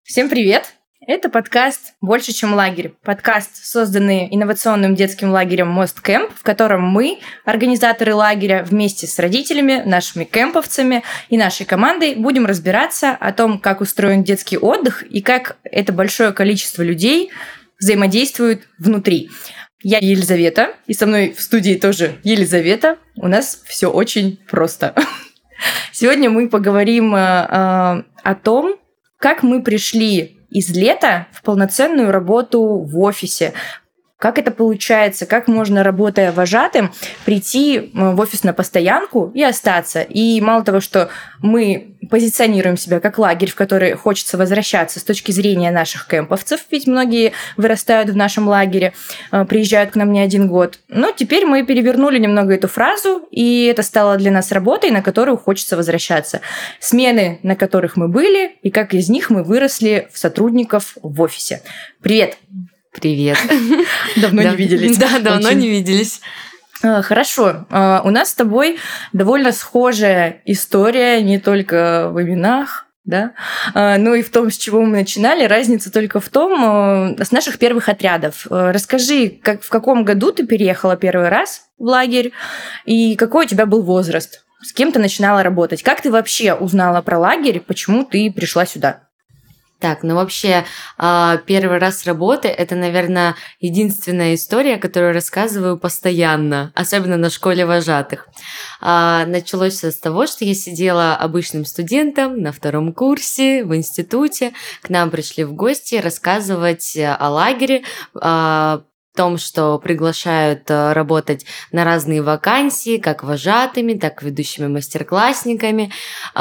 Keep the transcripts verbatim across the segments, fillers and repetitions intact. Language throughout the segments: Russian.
Всем привет! Это подкаст «Больше, чем лагерь». Подкаст, созданный инновационным детским лагерем Мост Кэмп, в котором мы, организаторы лагеря, вместе с родителями, нашими кэмповцами и нашей командой будем разбираться о том, как устроен детский отдых и как это большое количество людей взаимодействует внутри. Я Елизавета, и со мной в студии тоже Елизавета. У нас все очень просто. Сегодня мы поговорим о том, как мы пришли из лета в полноценную работу в офисе. Как это получается, как можно, работая вожатым, прийти в офис на постоянку и остаться. И мало того, что мы позиционируем себя как лагерь, в который хочется возвращаться с точки зрения наших кэмповцев, ведь многие вырастают в нашем лагере, приезжают к нам не один год. Но теперь мы перевернули немного эту фразу, и это стало для нас работой, на которую хочется возвращаться. Смены, на которых мы были, и как из них мы выросли в сотрудников в офисе. Привет! Привет. Давно не виделись. Да, давно не виделись. Хорошо. У нас с тобой довольно схожая история, не только в именах, да, но и в том, с чего мы начинали. Разница только в том, с наших первых отрядов. Расскажи, как, в каком году ты переехала первый раз в лагерь и какой у тебя был возраст? С кем ты начинала работать? Как ты вообще узнала про лагерь? Почему ты пришла сюда? Так, ну вообще, первый раз работы – это, наверное, единственная история, которую рассказываю постоянно, особенно на школе вожатых. Началось все с того, что я сидела обычным студентом на втором курсе в институте. К нам пришли в гости рассказывать о лагере, о том, что приглашают работать на разные вакансии, как вожатыми, так и ведущими мастер-классниками.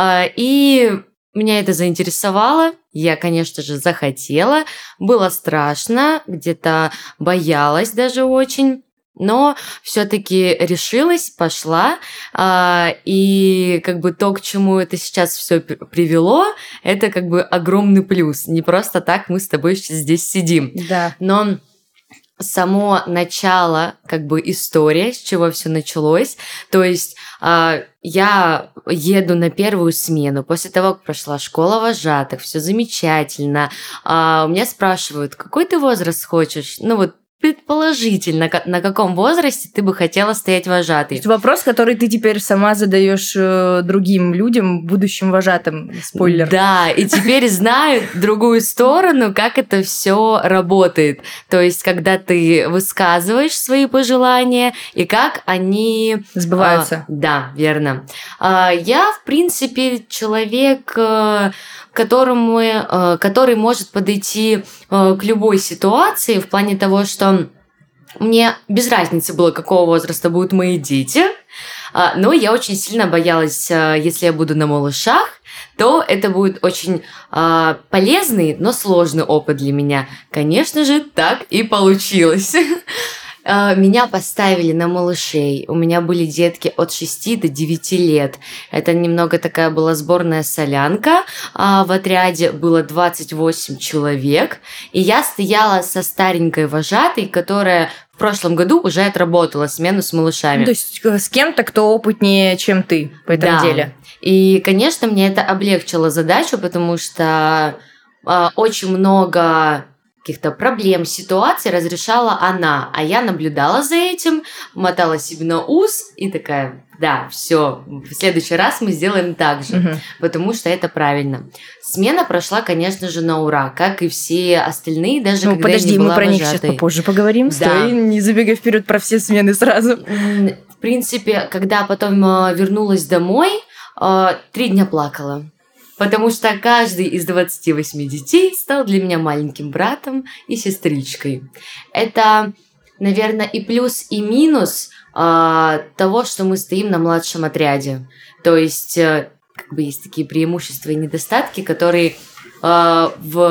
И меня это заинтересовало, я, конечно же, захотела, было страшно, где-то боялась даже очень, но все-таки решилась, пошла, и как бы то, к чему это сейчас все привело, это как бы огромный плюс. Не просто так мы с тобой здесь сидим. Да. Но само начало, как бы история, с чего все началось, то есть э, я еду на первую смену после того, как прошла школа вожатых, все замечательно, э, у меня спрашивают, какой ты возраст хочешь, ну вот предположительно, на каком возрасте ты бы хотела стоять вожатой. Это вопрос, который ты теперь сама задаешь другим людям, будущим вожатым. Спойлер. Да, и теперь знаю другую сторону, как это все работает. То есть, когда ты высказываешь свои пожелания, и как они сбываются. А, да, верно. А, я, в принципе, человек, которому, который может подойти к любой ситуации в плане того, что мне без разницы было, какого возраста будут мои дети, но я очень сильно боялась, если я буду на малышах, то это будет очень полезный, но сложный опыт для меня. Конечно же, так и получилось. Меня поставили на малышей. У меня были детки от шести до девяти лет. Это немного такая была сборная солянка. В отряде было двадцать восемь человек. И я стояла со старенькой вожатой, которая в прошлом году уже отработала смену с малышами. Ну, то есть с кем-то, кто опытнее, чем ты в этом да. деле. И, конечно, мне это облегчило задачу, потому что э, очень много каких-то проблем, ситуаций разрешала она, а я наблюдала за этим, мотала себе на ус и такая, да, все, в следующий раз мы сделаем так же, угу. потому что это правильно. Смена прошла, конечно же, на ура, как и все остальные, даже ну, когда подожди, я не была мы про вожатой. них сейчас попозже поговорим, да. Стой, не забегай вперед про все смены сразу. В принципе, когда потом вернулась домой, три дня плакала. Потому что каждый из двадцати восьми детей стал для меня маленьким братом и сестричкой. Это, наверное, и плюс, и минус э, того, что мы стоим на младшем отряде. То есть, э, как бы есть такие преимущества и недостатки, которые э,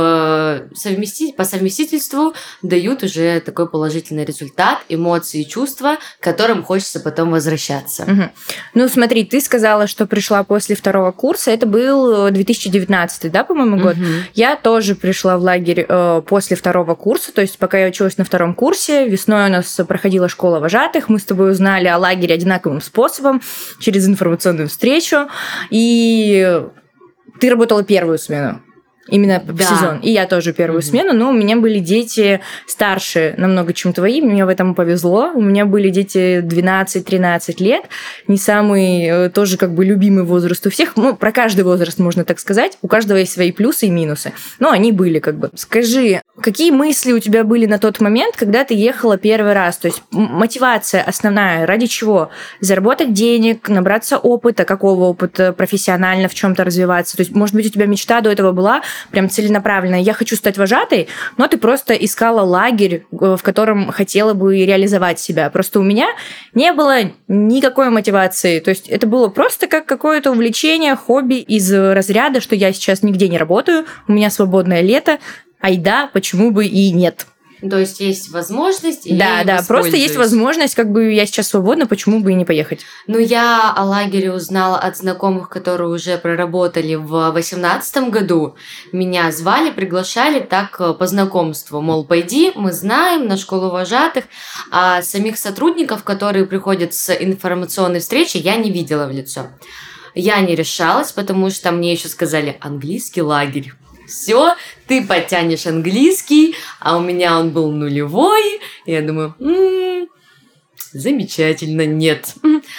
в совмести... по совместительству дают уже такой положительный результат, эмоции и чувства, к которым хочется потом возвращаться. Угу. Ну, смотри, ты сказала, что пришла после второго курса. Это был две тысячи девятнадцатый, да, по-моему, год? Угу. Я тоже пришла в лагерь э, после второго курса. То есть, пока я училась на втором курсе, весной у нас проходила школа вожатых. Мы с тобой узнали о лагере одинаковым способом, через информационную встречу. И ты работала первую смену. Именно в Да. сезон. И я тоже первую Мгм. смену, но у меня были дети старше намного, чем твои. Мне в этом повезло. У меня были дети двенадцать-тринадцать лет. Не самый э, тоже как бы любимый возраст у всех. Ну, про каждый возраст можно так сказать. У каждого есть свои плюсы и минусы. Но они были как бы. Скажи, какие мысли у тебя были на тот момент, когда ты ехала первый раз? То есть м- мотивация основная. Ради чего? Заработать денег, набраться опыта. Какого опыта? Профессионально в чем-то развиваться. То есть, может быть, у тебя мечта до этого была прям целенаправленная. Я хочу стать вожатой, но ты просто искала лагерь, в котором хотела бы реализовать себя. Просто у меня не было никакой мотивации. То есть это было просто как какое-то увлечение, хобби из разряда, что я сейчас нигде не работаю, у меня свободное лето, айда, почему бы и нет. То есть есть возможность, и Да, я ей да, просто есть воспользуюсь. возможность, как бы я сейчас свободна, почему бы и не поехать. Ну, я о лагере узнала от знакомых, которые уже проработали в восемнадцатом году. Меня звали, приглашали так э, по знакомству. Мол, пойди, мы знаем, на школу вожатых. А самих сотрудников, которые приходят с информационной встречи, я не видела в лицо. Я не решалась, потому что мне еще сказали «английский лагерь». Все, ты подтянешь английский, а у меня он был нулевой. И я думаю, м-м, замечательно, нет.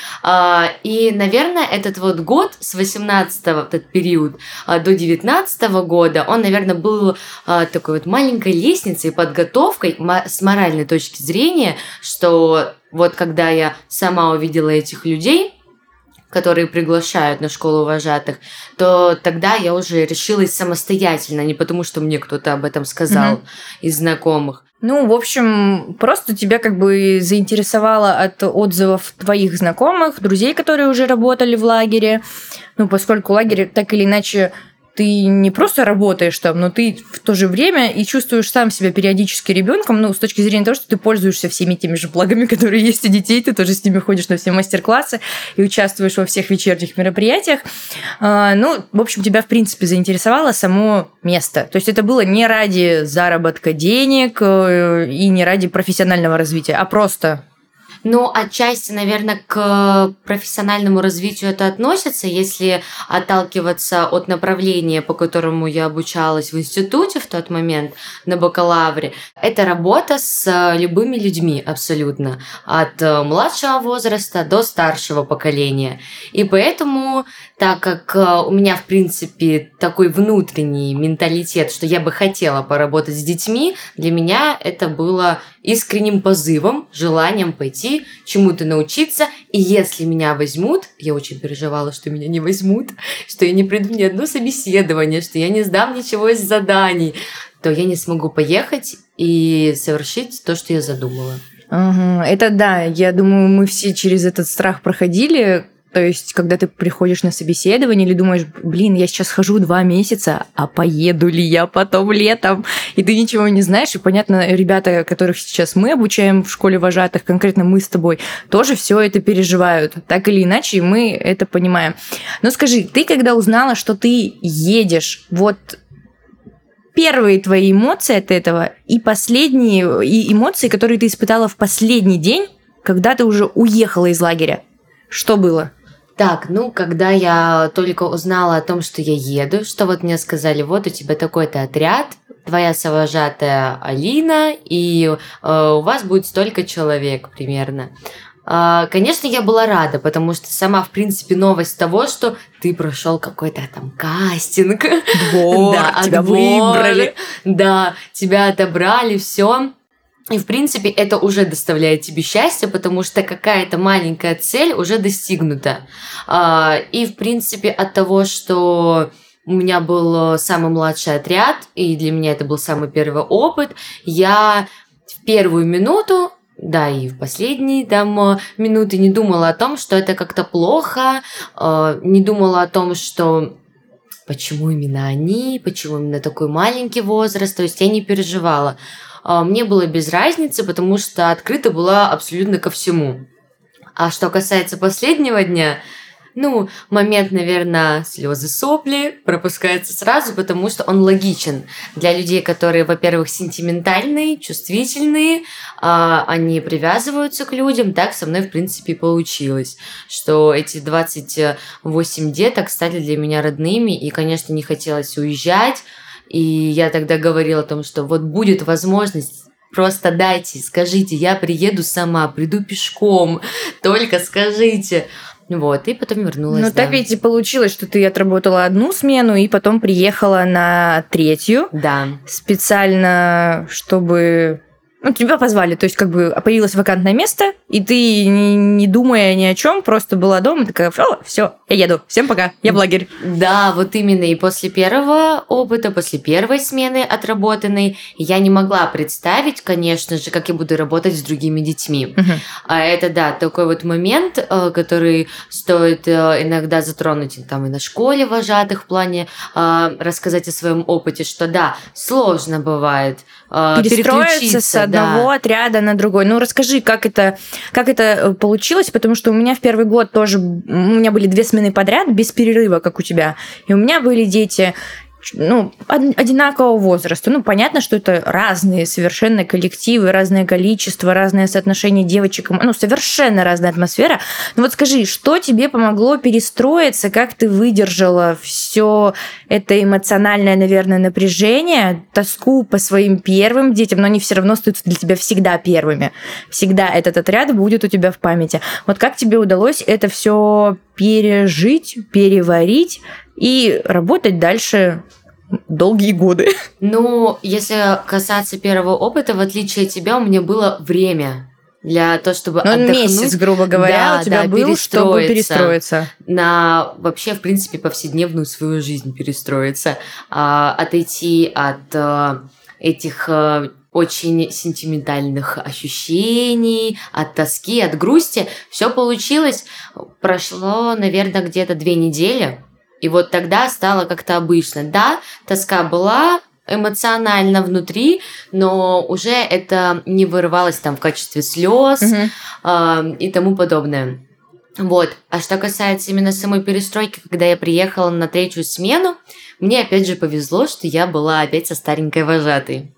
А, и, наверное, этот вот год с восемнадцатого, этот период, а, до девятнадцатого года, он, наверное, был а, такой вот маленькой лестницей, подготовкой ма- с моральной точки зрения, что вот когда я сама увидела этих людей, которые приглашают на школу вожатых, то тогда я уже решилась самостоятельно, не потому что мне кто-то об этом сказал Мгм. из знакомых. Ну, в общем, просто тебя как бы заинтересовало от отзывов твоих знакомых, друзей, которые уже работали в лагере. Ну, поскольку лагерь так или иначе ты не просто работаешь там, но ты в то же время и чувствуешь сам себя периодически ребенком, ну, с точки зрения того, что ты пользуешься всеми теми же благами, которые есть у детей, ты тоже с ними ходишь на все мастер-классы и участвуешь во всех вечерних мероприятиях. А, ну, в общем, тебя, в принципе, заинтересовало само место. То есть это было не ради заработка денег э, и не ради профессионального развития, а просто... Ну, отчасти, наверное, к профессиональному развитию это относится, если отталкиваться от направления, по которому я обучалась в институте в тот момент, на бакалавре. Это работа с любыми людьми абсолютно, от младшего возраста до старшего поколения. И поэтому, так как у меня, в принципе, такой внутренний менталитет, что я бы хотела поработать с детьми, для меня это было искренним позывом, желанием пойти, чему-то научиться. И если меня возьмут, я очень переживала, что меня не возьмут, что я не приду ни одно собеседование, что я не сдам ничего из заданий, то я не смогу поехать и совершить то, что я задумала. Ага, это да, я думаю, мы все через этот страх проходили. То есть, когда ты приходишь на собеседование или думаешь, блин, я сейчас хожу два месяца, а поеду ли я потом летом? И ты ничего не знаешь. И, понятно, ребята, которых сейчас мы обучаем в школе вожатых, конкретно мы с тобой, тоже все это переживают. Так или иначе, и мы это понимаем. Но скажи, ты когда узнала, что ты едешь, вот первые твои эмоции от этого и последние и эмоции, которые ты испытала в последний день, когда ты уже уехала из лагеря, что было? Так, ну, когда я только узнала о том, что я еду, что вот мне сказали, вот у тебя такой-то отряд, твоя совожатая Алина, и э, у вас будет столько человек примерно. Э, конечно, я была рада, потому что сама, в принципе, новость того, что ты прошел какой-то там кастинг. Двор, да, тебя отбор, выбрали. Да, тебя отобрали, все. И, в принципе, это уже доставляет тебе счастье, потому что какая-то маленькая цель уже достигнута. И, в принципе, от того, что у меня был самый младший отряд, и для меня это был самый первый опыт, я в первую минуту, да, и в последние там минуты не думала о том, что это как-то плохо, не думала о том, что... Почему именно они, почему именно такой маленький возраст, то есть я не переживала. Мне было без разницы, потому что открыта была абсолютно ко всему. А что касается последнего дня, ну, момент, наверное, слезы сопли пропускается сразу, потому что он логичен. Для людей, которые, во-первых, сентиментальные, чувствительные, они привязываются к людям, так со мной, в принципе, и получилось. Что эти двадцать восемь деток стали для меня родными, и, конечно, не хотелось уезжать. И я тогда говорила о том, что вот будет возможность, просто дайте, скажите, я приеду сама, приду пешком, только скажите. Вот, и потом вернулась. Ну, да. так ведь и получилось, что ты отработала одну смену и потом приехала на третью. Да. Специально, чтобы... Ну, тебя позвали, то есть как бы появилось вакантное место, и ты, не, не думая ни о чем, просто была дома, такая, о, все, я еду, всем пока, я блогер. Да, вот именно, и после первого опыта, после первой смены отработанной, я не могла представить, конечно же, как я буду работать с другими детьми. Угу. А это, да, такой вот момент, который стоит иногда затронуть там и на школе вожатых в плане рассказать о своем опыте, что да, сложно бывает перестроиться с одного да. отряда на другой. Ну, расскажи, как это, как это получилось, потому что у меня в первый год тоже, у меня были две смены подряд, без перерыва, как у тебя, и у меня были дети... ну, одинакового возраста. Ну, понятно, что это разные совершенно коллективы, разное количество, разное соотношение девочек, ну, совершенно разная атмосфера. Но вот скажи, что тебе помогло перестроиться, как ты выдержала все это эмоциональное, наверное, напряжение, тоску по своим первым детям, но они все равно остаются для тебя всегда первыми. Всегда этот отряд будет у тебя в памяти. Вот как тебе удалось это все пережить, переварить и работать дальше долгие годы? Ну, если касаться первого опыта, в отличие от тебя, у меня было время для того, чтобы ну, отдохнуть. Месяц, грубо говоря, да, у тебя да, был, чтобы перестроиться. На вообще, в принципе, повседневную свою жизнь перестроиться. А, отойти от а, этих... А, очень сентиментальных ощущений, от тоски, от грусти. Все получилось. Прошло, наверное, где-то две недели. И вот тогда стало как-то обычно. Да, тоска была эмоционально внутри, но уже это не вырывалось там в качестве слез угу. э, и тому подобное. Вот. А что касается именно самой перестройки, когда я приехала на третью смену, мне опять же повезло, что я была опять со старенькой вожатой.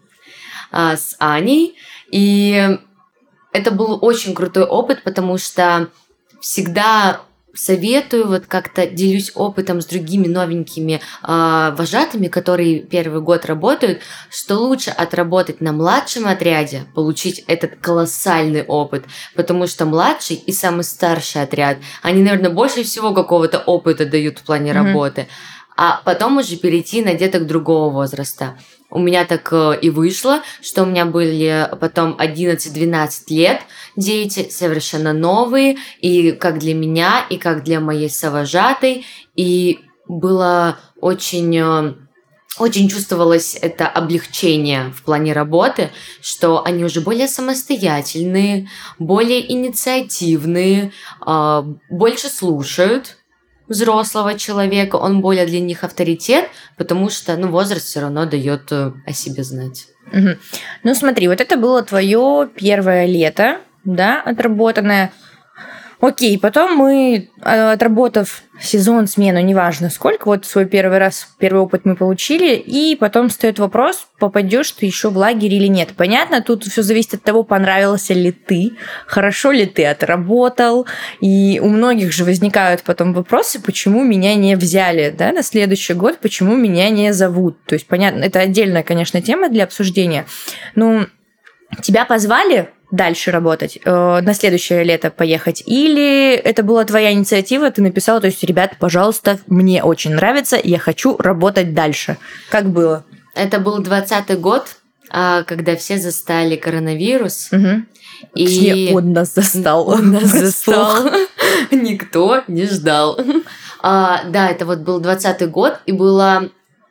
С Аней, и это был очень крутой опыт, потому что всегда советую, вот как-то делюсь опытом с другими новенькими э, вожатыми, которые первый год работают, что лучше отработать на младшем отряде, получить этот колоссальный опыт, потому что младший и самый старший отряд, они, наверное, больше всего какого-то опыта дают в плане mm-hmm. работы, а потом уже перейти на деток другого возраста. У меня так и вышло, что у меня были потом одиннадцать-двенадцать лет дети, совершенно новые, и как для меня, и как для моей совожатой, и было очень... Очень чувствовалось это облегчение в плане работы, что они уже более самостоятельные, более инициативные, больше слушают взрослого человека, он более для них авторитет, потому что, ну, возраст все равно дает о себе знать. Угу. Ну, смотри, вот это было твое первое лето, да, отработанное. Окей, потом мы, отработав сезон, смену, неважно сколько, вот свой первый раз, первый опыт мы получили, и потом встает вопрос, попадешь ты еще в лагерь или нет. Понятно, тут все зависит от того, понравился ли ты, хорошо ли ты отработал, и у многих же возникают потом вопросы, почему меня не взяли, да, на следующий год, почему меня не зовут. То есть, понятно, это отдельная, конечно, тема для обсуждения. Ну, тебя позвали дальше работать, э, на следующее лето поехать? Или это была твоя инициатива, ты написала, то есть, ребят, пожалуйста, мне очень нравится, я хочу работать дальше. Как было? Это был двадцатый год, когда все застали коронавирус. Угу. И точнее, он нас застал. Он нас застал. Никто не ждал. а, да, это вот был двадцатый год, и было...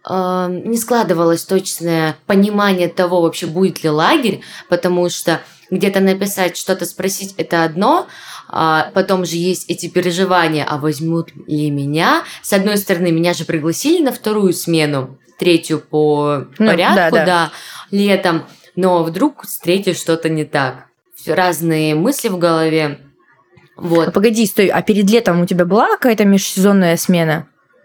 не складывалось точное понимание того, вообще будет ли лагерь, потому что где-то написать, что-то спросить – это одно, а потом же есть эти переживания, а возьмут ли меня? С одной стороны, меня же пригласили на вторую смену, третью по ну, порядку, да, да. да, летом, но вдруг с третьей что-то не так. Разные мысли в голове. Вот. А погоди, стой, а перед летом у тебя была какая-то межсезонная смена?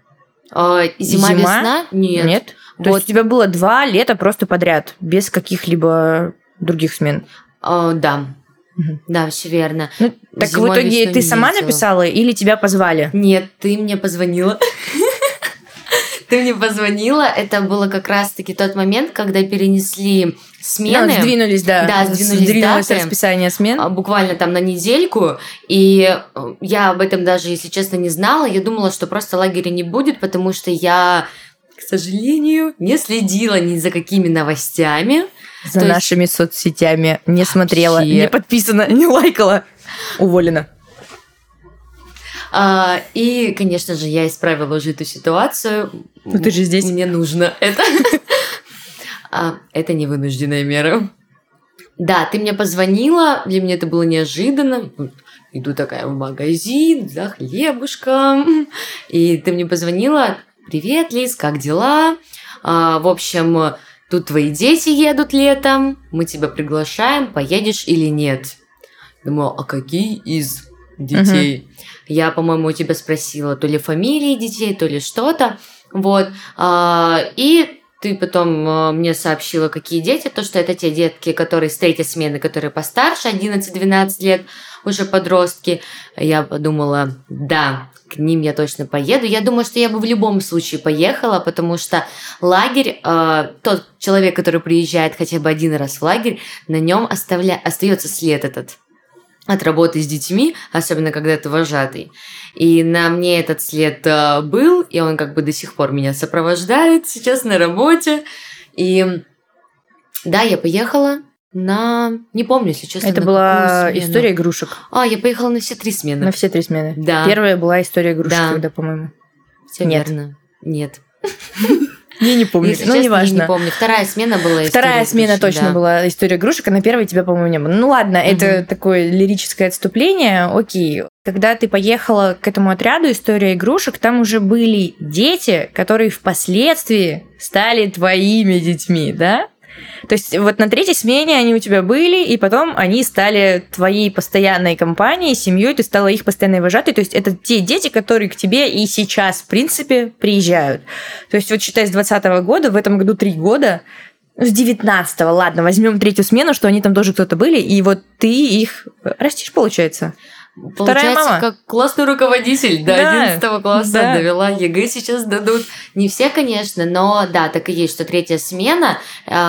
Зима-весна? Нет. Нет? То вот. Есть у тебя было два лета просто подряд, без каких-либо других смен? О, да. Угу. Да, все верно. Ну, так Зимой, в итоге ты сама ездила. Написала или тебя позвали? Нет, ты мне позвонила. Ты мне позвонила, это было как раз-таки тот момент, когда перенесли смены. Ну, сдвинулись, да. Да, сдвинулись Сдвинулось даты, расписание смен. буквально там на недельку, и я об этом даже, если честно, не знала. Я думала, что просто лагеря не будет, потому что я, к сожалению, не следила ни за какими новостями. За То нашими есть... соцсетями не смотрела, Вообще... не подписана, не лайкала. Уволена. А, и, конечно же, я исправила уже эту ситуацию. Ну ты же здесь. Мне нужно это. а, это не вынужденная мера. Да, ты мне позвонила, для меня это было неожиданно. Иду такая в магазин за хлебушком. И ты мне позвонила. Привет, Лиз, как дела? А, в общем, тут твои дети едут летом. Мы тебя приглашаем, поедешь или нет? Думаю, а какие из детей? Uh-huh. Я, по-моему, у тебя спросила то ли фамилии детей, то ли что-то. Вот. А, и ты потом а, мне сообщила, какие дети. То, что это те детки, которые с третьей смены, которые постарше, одиннадцать-двенадцать лет, уже подростки. Я подумала, да, к ним я точно поеду. Я думаю, что я бы в любом случае поехала, потому что лагерь, а, тот человек, который приезжает хотя бы один раз в лагерь, на нем оставля... остается след этот. От работы с детьми, особенно когда ты вожатый. И на мне этот след э, был, и он как бы до сих пор меня сопровождает сейчас на работе. И да, я поехала на... Не помню, если честно, это на была какую смену. История игрушек. А, я поехала на все три смены. На все три смены. Да. Первая была История игрушек, да. когда, по-моему. Все Нет. верно. Нет. Я не помню, Если ну честно, не важно. Я не помню. Вторая смена была История Вторая игрушек, смена точно да. была История игрушек, а на первой тебя, по-моему, не было. Ну ладно, Угу. это такое лирическое отступление. Окей. Когда ты поехала к этому отряду История игрушек, там уже были дети, которые впоследствии стали твоими детьми, да? То есть вот на третьей смене они у тебя были, и потом они стали твоей постоянной компанией, семьей, ты стала их постоянной вожатой. То есть это те дети, которые к тебе и сейчас, в принципе, приезжают. То есть вот считай, с двадцатого года, в этом году три года, с девятнадцатого, ладно, возьмем третью смену, что они там тоже кто-то были, и вот ты их растишь, получается. Получается, как классный руководитель до да, одиннадцатого класса да. довела, ЕГЭ сейчас дадут. Не все, конечно, но да, так и есть, что третья смена,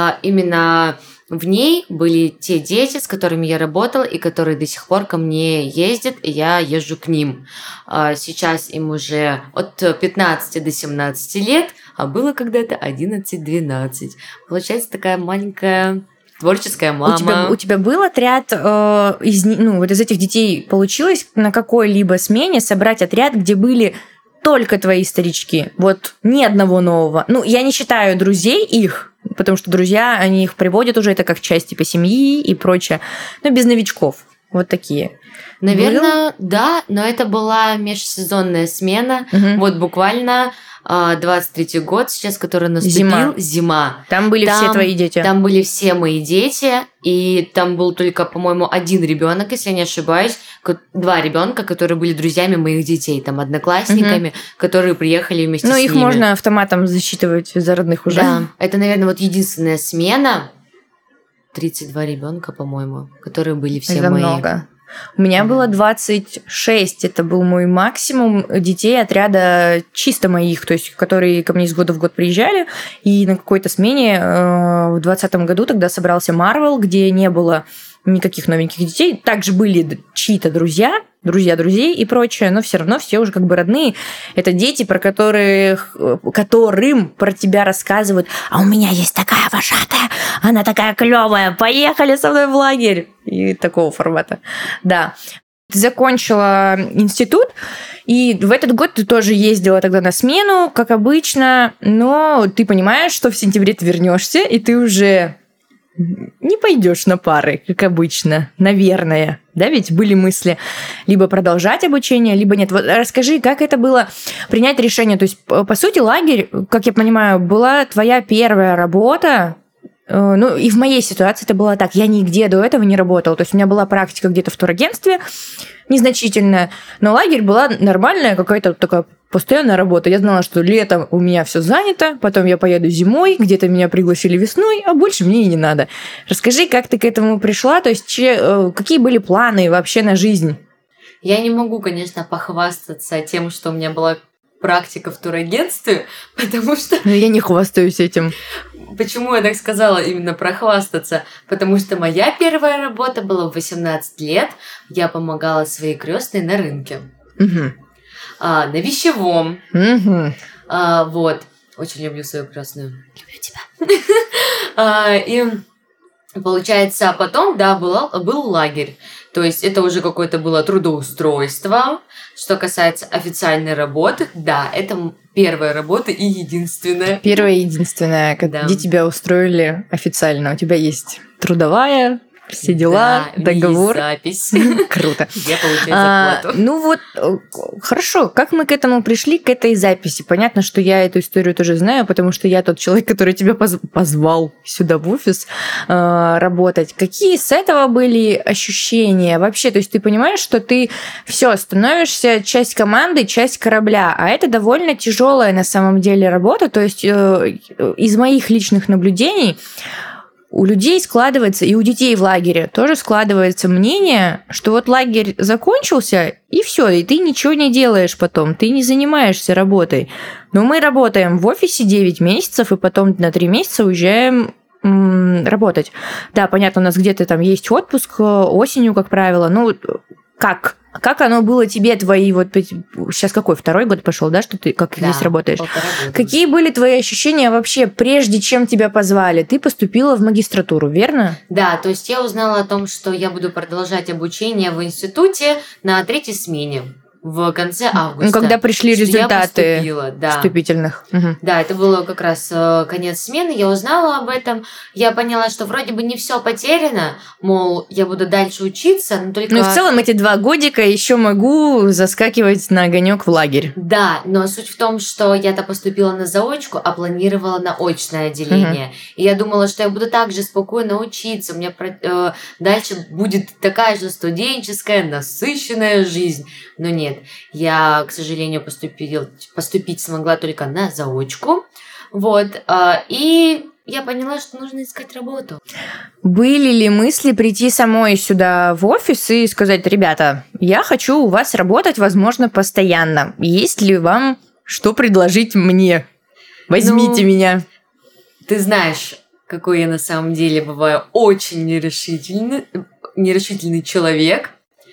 именно в ней были те дети, с которыми я работала, и которые до сих пор ко мне ездят, и я езжу к ним. Сейчас им уже от пятнадцати до семнадцати лет, а было когда-то одиннадцать-двенадцать. Получается, такая маленькая... Творческая мама. У тебя, у тебя был отряд э, из, ну, вот из этих детей, получилось на какой-либо смене собрать отряд, где были только твои старички? Вот ни одного нового. Ну, я не считаю друзей их, потому что друзья, они их приводят уже, это как часть типа семьи и прочее. Но без новичков. Вот такие. Наверное, был? Да, но это была межсезонная смена. Угу. Вот буквально... двадцать третий год сейчас, который наступил, зима. зима. Там были там, все твои дети. Там были все мои дети, и там был только, по-моему, один ребенок, если я не ошибаюсь, два ребенка, которые были друзьями моих детей, там одноклассниками, угу. которые приехали вместе ну, с ними. Ну, их можно автоматом засчитывать за родных уже. Да, это, наверное, вот единственная смена. тридцать два ребенка, по-моему, которые были все это мои. Много. У меня mm-hmm. было двадцать шесть, это был мой максимум детей отряда чисто моих, то есть которые ко мне из года в год приезжали, и на какой-то смене э, в двадцатом году тогда собрался Марвел, где не было никаких новеньких детей, также были чьи-то друзья, друзья друзей и прочее, но все равно все уже как бы родные. Это дети, про которых, которым про тебя рассказывают, а у меня есть такая вожатая, она такая клевая, поехали со мной в лагерь. И такого формата. Да. Ты закончила институт, и в этот год ты тоже ездила тогда на смену, как обычно, но ты понимаешь, что в сентябре ты вернешься, и ты уже не пойдешь на пары, как обычно, наверное. Да, ведь были мысли либо продолжать обучение, либо нет. Вот расскажи, как это было принять решение. То есть, по сути, лагерь, как я понимаю, была твоя первая работа. Ну, и в моей ситуации это было так. Я нигде до этого не работала. То есть, у меня была практика где-то в турагентстве, незначительная, но лагерь была нормальная какая-то такая постоянная работа. Я знала, что летом у меня все занято, потом я поеду зимой, где-то меня пригласили весной, а больше мне и не надо. Расскажи, как ты к этому пришла, то есть че, какие были планы вообще на жизнь? Я не могу, конечно, похвастаться тем, что у меня была практика в турагентстве, потому что... Ну, я не хвастаюсь этим. Почему я так сказала именно про хвастаться? Потому что моя первая работа была в восемнадцать лет. Я помогала своей крестной на рынке. Угу. А, на вещевом. Угу. А, вот. Очень люблю свою крестную. Люблю тебя. а, и получается, потом, да, был, был лагерь. То есть это уже какое-то было трудоустройство. Что касается официальной работы, да, это первая работа и единственная. Первая и единственная, Да. где тебя устроили официально. У тебя есть трудовая, все дела, Да, договор. запись. Круто. Я получаю А, зарплату. ну вот, э, хорошо, как мы к этому пришли, к этой записи? Понятно, что я эту историю тоже знаю, потому что я тот человек, который тебя поз- позвал сюда в офис э, работать. Какие с этого были ощущения вообще? То есть ты понимаешь, что ты все становишься часть команды, часть корабля, а это довольно тяжелая на самом деле работа. То есть э, из моих личных наблюдений у людей складывается, и у детей в лагере тоже складывается мнение, что вот лагерь закончился, и все, и ты ничего не делаешь потом, ты не занимаешься работой. Но мы работаем в офисе девять месяцев, и потом на три месяца уезжаем м- работать. Да, понятно, у нас где-то там есть отпуск осенью, как правило. Ну, как? Как оно было тебе, твои вот... Сейчас какой? Второй год пошел, да, что ты как Да, здесь работаешь? полтора года. Какие были твои ощущения вообще, прежде чем тебя позвали? Ты поступила в магистратуру, верно? Да, то есть я узнала о том, что я буду продолжать обучение в институте на третьей смене в конце августа. Ну, когда пришли что результаты я поступила, да. вступительных. Угу. Да, это было как раз э, конец смены, я узнала об этом, я поняла, что вроде бы не все потеряно, мол, я буду дальше учиться, но только... Ну, и в целом эти два годика еще могу заскакивать на огонек в лагерь. Да, но суть в том, что я-то поступила на заочку, а планировала на очное отделение. Угу. И я думала, что я буду так же спокойно учиться, у меня э, дальше будет такая же студенческая, насыщенная жизнь. Но нет, я, к сожалению, поступила, поступить смогла только на заочку. Вот, э, и я поняла, что нужно искать работу. Были ли мысли прийти самой сюда в офис и сказать: ребята, я хочу у вас работать, возможно, постоянно. Есть ли вам что предложить мне? Возьмите ну, меня. Ты знаешь, какой я на самом деле бываю очень нерешительный, нерешительный человек.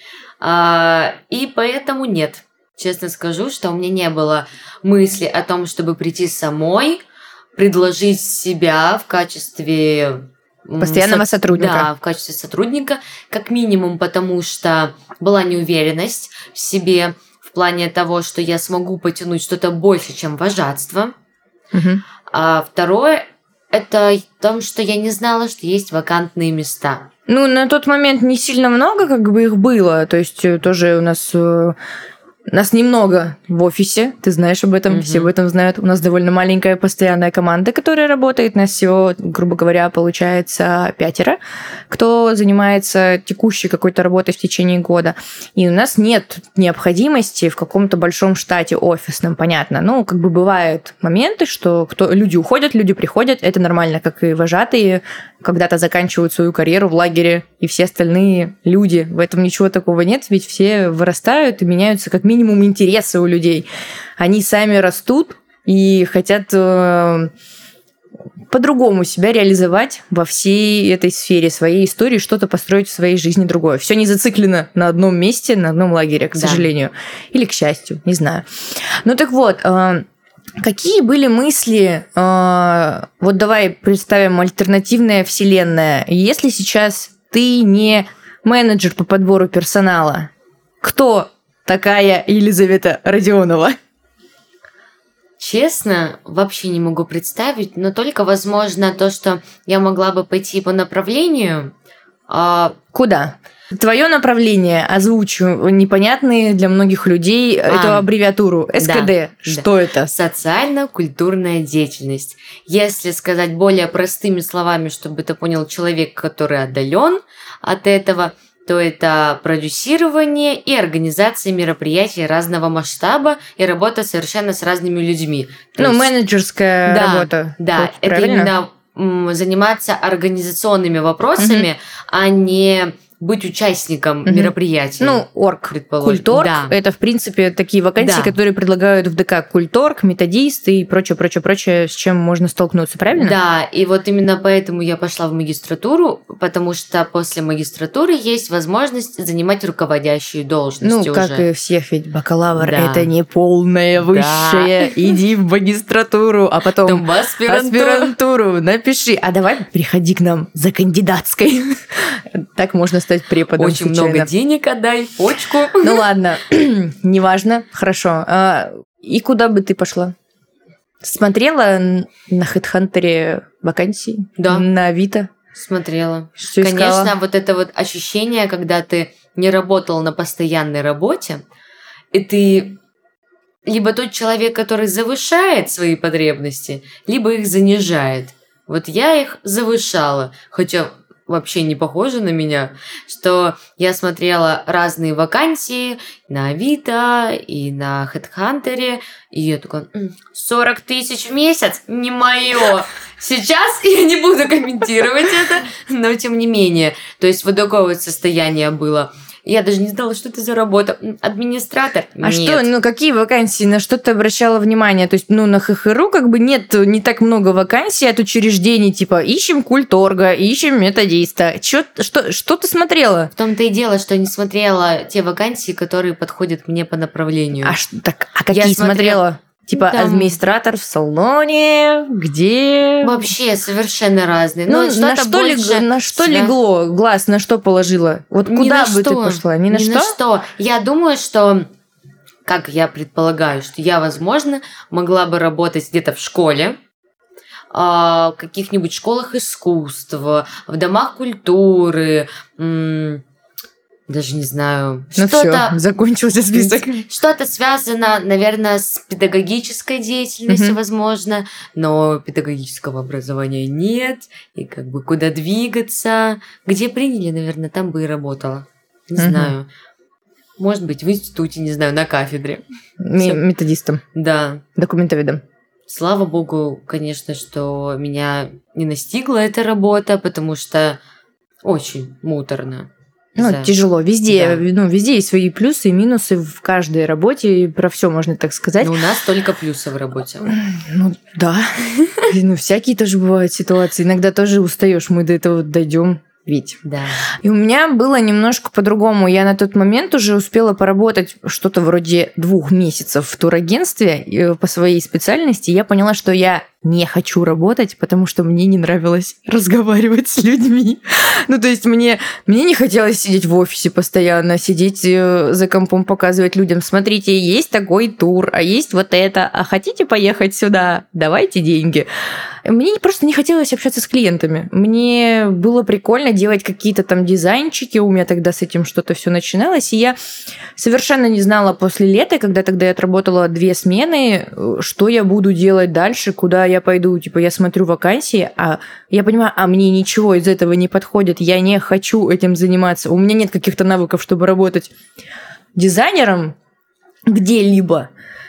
А, и поэтому нет. Честно скажу, что у меня не было мысли о том, чтобы прийти самой, предложить себя в качестве... Постоянного со- сотрудника. Да, в качестве сотрудника, как минимум, потому что была неуверенность в себе в плане того, что я смогу потянуть что-то больше, чем вожатство. Угу. А второе, это в том, что я не знала, что есть вакантные места. Ну, на тот момент не сильно много, как бы их было. То есть тоже у нас... Нас немного в офисе, ты знаешь об этом, mm-hmm. все об этом знают. У нас довольно маленькая постоянная команда, которая работает. Нас всего, грубо говоря, получается пятеро, кто занимается текущей какой-то работой в течение года. И у нас нет необходимости в каком-то большом штате офисном, понятно. Ну, как бы бывают моменты, что кто, люди уходят, люди приходят. Это нормально, как и вожатые когда-то заканчивают свою карьеру в лагере, и все остальные люди. В этом ничего такого нет, ведь все вырастают и меняются как минимум интересы у людей. Они сами растут и хотят э, по-другому себя реализовать во всей этой сфере, своей истории, что-то построить в своей жизни другое. Все не зациклено на одном месте, на одном лагере, к да. сожалению. Или к счастью, не знаю. Ну так вот... Э, Какие были мысли, э, вот давай представим альтернативная вселенная, если сейчас ты не менеджер по подбору персонала, кто такая Елизавета Родионова? Честно, вообще не могу представить, но только, возможно, то, что я могла бы пойти по направлению. А... Куда? Твое направление, озвучу непонятные для многих людей а, эту аббревиатуру. эс ка дэ. Да, Что да. это? Социально-культурная деятельность. Если сказать более простыми словами, чтобы это понял человек, который отдален от этого, то это продюсирование и организация мероприятий разного масштаба и работа совершенно с разными людьми. То ну, есть... менеджерская да, работа. Да, вот, это правильно? именно м, заниматься организационными вопросами, угу. а не быть участником Мгм. мероприятия. Ну, орг, предположим. культорг, Да. это, в принципе, такие вакансии, Да. которые предлагают в ДК культорг, методист и прочее, прочее, прочее, с чем можно столкнуться, правильно? Да, и вот именно поэтому я пошла в магистратуру, потому что после магистратуры есть возможность занимать руководящие должности Ну, уже. как и всех, ведь бакалавр Да. это не полное высшее. Иди в магистратуру, а потом Там в аспирантуру. аспирантуру напиши. А давай приходи к нам за кандидатской. Так можно стать преподом. Очень случайно. много денег отдай, почку. Ну ладно, неважно, хорошо. А, и куда бы ты пошла? Смотрела на HeadHunter вакансии? Да. На Авито? Смотрела. Что искала? Конечно, вот это вот ощущение, когда ты не работал на постоянной работе, и ты либо тот человек, который завышает свои потребности, либо их занижает. Вот я их завышала, хотя вообще не похоже на меня, что я смотрела разные вакансии на Авито и на HeadHunter, и я такая, «М, сорок тысяч в месяц? Не мое. Сейчас я не буду комментировать это, но тем не менее. То есть вот такое вот состояние было. Я даже не знала, что это за работа. М, Администратор? А Нет. что, ну какие вакансии, на что ты обращала внимание? То есть, ну, на ХХРУ как бы нет не так много вакансий от учреждений, типа, ищем культорга, ищем методиста. Чё, что, что ты смотрела? В том-то и дело, что не смотрела те вакансии, которые подходят мне по направлению. А, ш- так, а какие Я смотрела- смотрела? Типа, Там- администратор в салоне, где... Вообще совершенно разные. Ну, Ну, на что-то что, лег- больше на что свя- легло? Глаз на что положила? Вот Ни куда на бы ты что. пошла? Ни на Ни что? на что. Я думаю, что, как я предполагаю, что я, возможно, могла бы работать где-то в школе, а, в каких-нибудь школах искусств, в домах культуры, м, даже не знаю, Ну что-то... все, закончился список. Что-то связано, наверное, с педагогической деятельностью, Мгм. возможно, но педагогического образования нет, и как бы куда двигаться. Где приняли, наверное, там бы и работала. Не Мгм. знаю. Может быть, в институте, не знаю, на кафедре. Ме- Всё. Методистом, Да. документоведом. Слава богу, конечно, что меня не настигла эта работа, потому что очень муторно. Ну, За- тяжело. Везде, Да. ну, везде есть свои плюсы и минусы в каждой работе, и про все можно так сказать. Но у нас только плюсы в работе. Ну, да. И, Ну, всякие тоже бывают ситуации. Иногда тоже устаешь, мы до этого дойдем. Ведь. Да. И у меня было немножко по-другому. Я на тот момент уже успела поработать что-то вроде двух месяцев в турагентстве э, по своей специальности. Я поняла, что я не хочу работать, потому что мне не нравилось разговаривать с людьми. Ну, то есть мне, мне не хотелось сидеть в офисе постоянно, сидеть э, за компом, показывать людям, смотрите, есть такой тур, а есть вот это, а хотите поехать сюда? Давайте деньги. Мне просто не хотелось общаться с клиентами. Мне было прикольно делать какие-то там дизайнчики, у меня тогда с этим что-то все начиналось, и я совершенно не знала после лета, когда тогда я отработала две смены, э, что я буду делать дальше, куда я пойду. Типа я смотрю вакансии, а я понимаю, а мне ничего из этого не подходит, я не хочу этим заниматься, у меня нет каких-то навыков, чтобы работать дизайнером где-либо.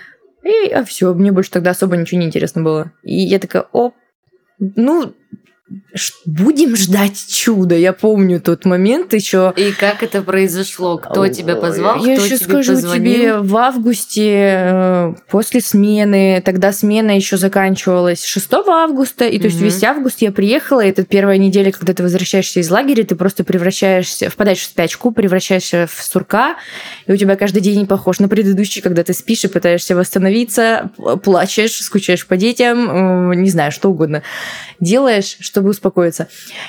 И а все, мне больше тогда особо ничего не интересно было. И я такая, о, ну, ш- будем ждать чуда. Я помню тот момент еще. И как это произошло? Кто тебя позвал? Я Кто еще тебе скажу позвонил? тебе, в августе, э, после смены, тогда смена еще заканчивалась шестого августа, и то есть Мгм. весь август я приехала, и это первая неделя, когда ты возвращаешься из лагеря, ты просто превращаешься, впадаешь в спячку, превращаешься в сурка, и у тебя каждый день похож на предыдущий, когда ты спишь и пытаешься восстановиться, п- плачешь, скучаешь по детям, э, не знаю, что угодно делаешь, чтобы успокоиться.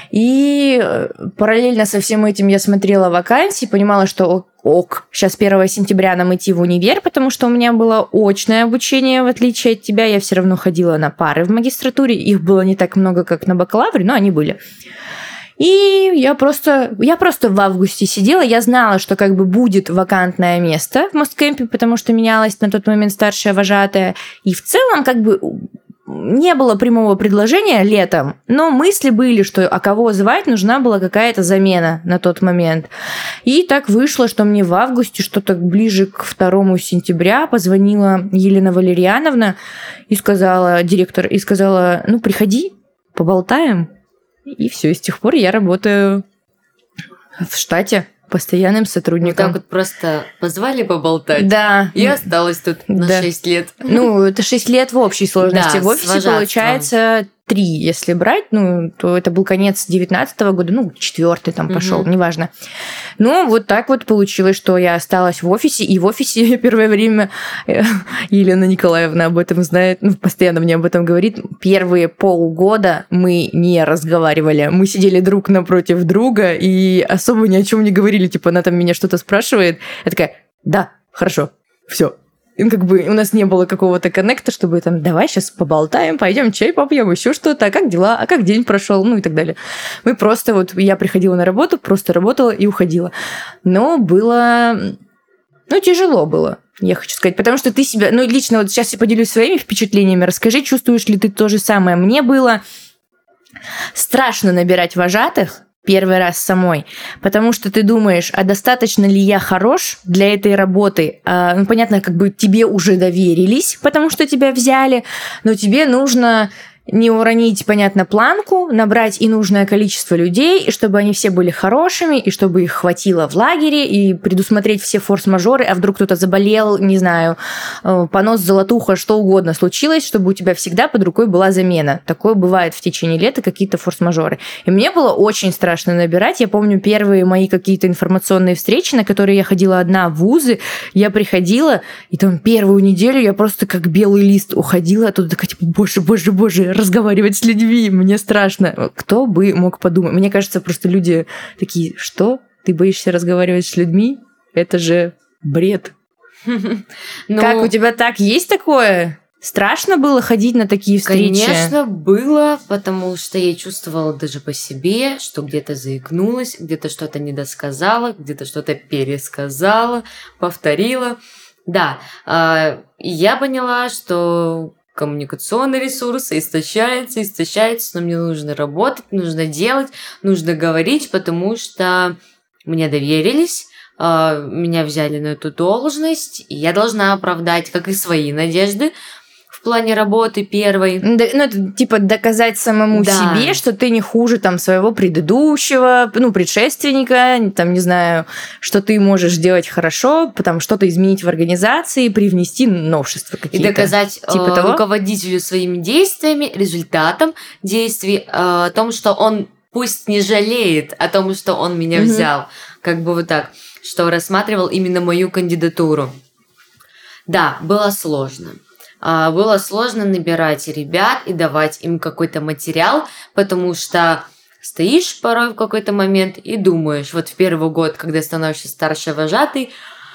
И э, параллельно со всем этим я смотрела вакансии, понимала, что ок, ок, сейчас первого сентября нам идти в универ, потому что у меня было очное обучение, в отличие от тебя. Я все равно ходила на пары в магистратуре. Их было не так много, как на бакалавре, но они были. И я просто, я просто в августе сидела, я знала, что как бы будет вакантное место в Мосткемпе, потому что менялась на тот момент старшая вожатая. И в целом как бы не было прямого предложения летом, но мысли были, что а кого звать, нужна была какая-то замена на тот момент. И так вышло, что мне в августе, что-то ближе к второму сентября, позвонила Елена Валерьяновна и сказала, директор, и сказала, ну, приходи, поболтаем. И все, и с тех пор я работаю В штате. Постоянным сотрудником. Вот так вот просто позвали поболтать. Да. И осталась тут на да. шесть лет. Ну, это шесть лет в общей сложности. Да, в офисе получается три, если брать. Ну, то это был конец девятнадцатого года, ну, четвертый там пошел, угу. неважно. Ну, вот так вот получилось, что я осталась в офисе. И в офисе первое время Елена Николаевна об этом знает, ну, постоянно мне об этом говорит. Первые полгода мы не разговаривали. Мы сидели друг напротив друга и особо ни о чем не говорили. Типа, она там меня что-то спрашивает. Я такая, да, хорошо, все. И как бы у нас не было какого-то коннекта, чтобы там, давай сейчас поболтаем, пойдем чай попьем, еще что-то, а как дела, а как день прошел, ну и так далее. Мы просто вот, я приходила на работу, просто работала и уходила. Но было, ну, тяжело было, я хочу сказать, потому что ты себя, ну, лично вот сейчас я поделюсь своими впечатлениями, расскажи, чувствуешь ли ты то же самое. Мне было страшно набирать вожатых, первый раз самой, потому что ты думаешь, а достаточно ли я хорош для этой работы? А, ну, понятно, как бы тебе уже доверились, потому что тебя взяли, но тебе нужно не уронить, понятно, планку, набрать и нужное количество людей, и чтобы они все были хорошими, и чтобы их хватило в лагере, и предусмотреть все форс-мажоры, а вдруг кто-то заболел, не знаю, понос, золотуха, что угодно случилось, чтобы у тебя всегда под рукой была замена. Такое бывает в течение лета, какие-то форс-мажоры. И мне было очень страшно набирать. Я помню первые мои какие-то информационные встречи, на которые я ходила одна в вузы, я приходила, и там первую неделю я просто как белый лист уходила, оттуда такая, типа, боже, боже, боже, разговаривать с людьми, мне страшно. Кто бы мог подумать? Мне кажется, просто люди такие, что? Ты боишься разговаривать с людьми? Это же бред. Как, у тебя так есть такое? Страшно было ходить на такие встречи? Конечно, было, потому что я чувствовала даже по себе, что где-то заикнулась, где-то что-то недосказала, где-то что-то пересказала, повторила. Да, я поняла, что коммуникационный ресурс истощается, истощается, но мне нужно работать, нужно делать, нужно говорить, потому что мне доверились, меня взяли на эту должность, и я должна оправдать как и свои надежды в плане работы первой. Да, ну, это типа доказать самому да. себе, что ты не хуже там своего предыдущего, ну, предшественника, там, не знаю, что ты можешь делать хорошо, потом что-то изменить в организации, привнести новшества какие-то. И доказать типа э, того? руководителю своими действиями, результатом действий, э, о том, что он пусть не жалеет о том, что он меня mm-hmm. взял. Как бы вот так, что рассматривал именно мою кандидатуру. Да, было сложно. Было сложно набирать ребят и давать им какой-то материал, потому что стоишь порой в какой-то момент и думаешь, вот в первый год, когда становишься старшей вожатой,